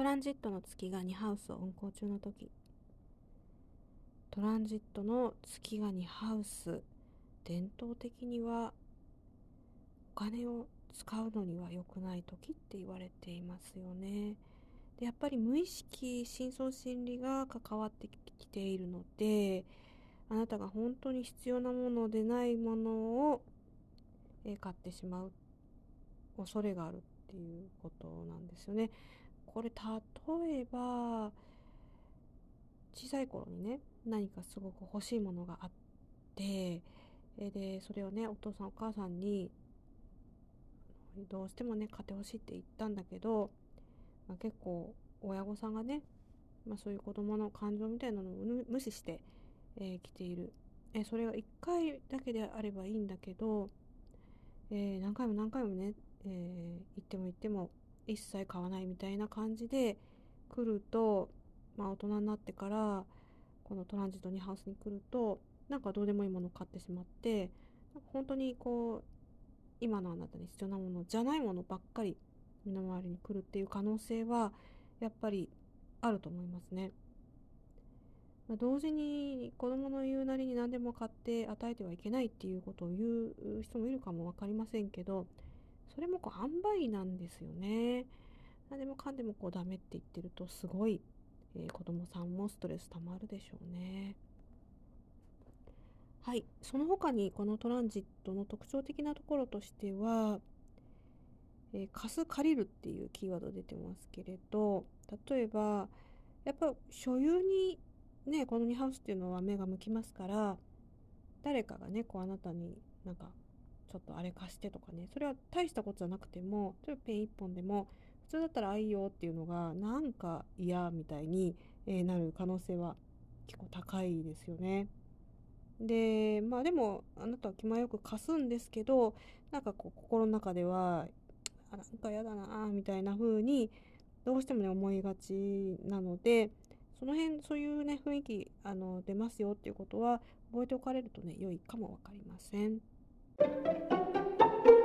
ランジットの月が2ハウスを運行中の時。トランジットの月が2ハウス、伝統的にはお金を使うのには良くない時って言われていますよね。で、やっぱり無意識、深層心理が関わってきているので、あなたが本当に必要なものでないものを買ってしまう恐れがあるっていうことなんですよね。これ例えば小さい頃にね、何かすごく欲しいものがあって、でそれをね、お父さんお母さんにどうしてもね買ってほしいって言ったんだけど、結構親御さんがね、そういう子供の感情みたいなのを無視して、来ている。それが1回だけであればいいんだけど、何回も何回もね、言っても言っても一切買わないみたいな感じで来ると、大人になってからこのトランジットにハウスに来ると、なんかどうでもいいものを買ってしまって、なんか本当にこう今のあなたに必要なものじゃないものばっかり身の回りに来るっていう可能性はやっぱりあると思いますね。同時に子供の言うなりに何でも買って与えてはいけないっていうことを言う人もいるかも分かりませんけど、それもこう塩梅なんですよね。何でもかんでもこうダメって言ってるとすごい、子供さんもストレス溜まるでしょうね。はい、その他にこのトランジットの特徴的なところとしては、貸す借りるっていうキーワード出てますけれど、例えばやっぱ所有にね、この2ハウスっていうのは目が向きますから、誰かがねこうあなたになんかちょっとあれ貸してとかね、それは大したことじゃなくても、例えばペン1本でも普通だったらいいよっていうのがなんか嫌みたいになる可能性は結構高いですよね。ででもあなたは気前よく貸すんですけど、なんかこう心の中ではなんか嫌だなみたいな風にどうしてもね思いがちなので、その辺そういうね雰囲気出ますよっていうことは覚えておかれるとね良いかもわかりません。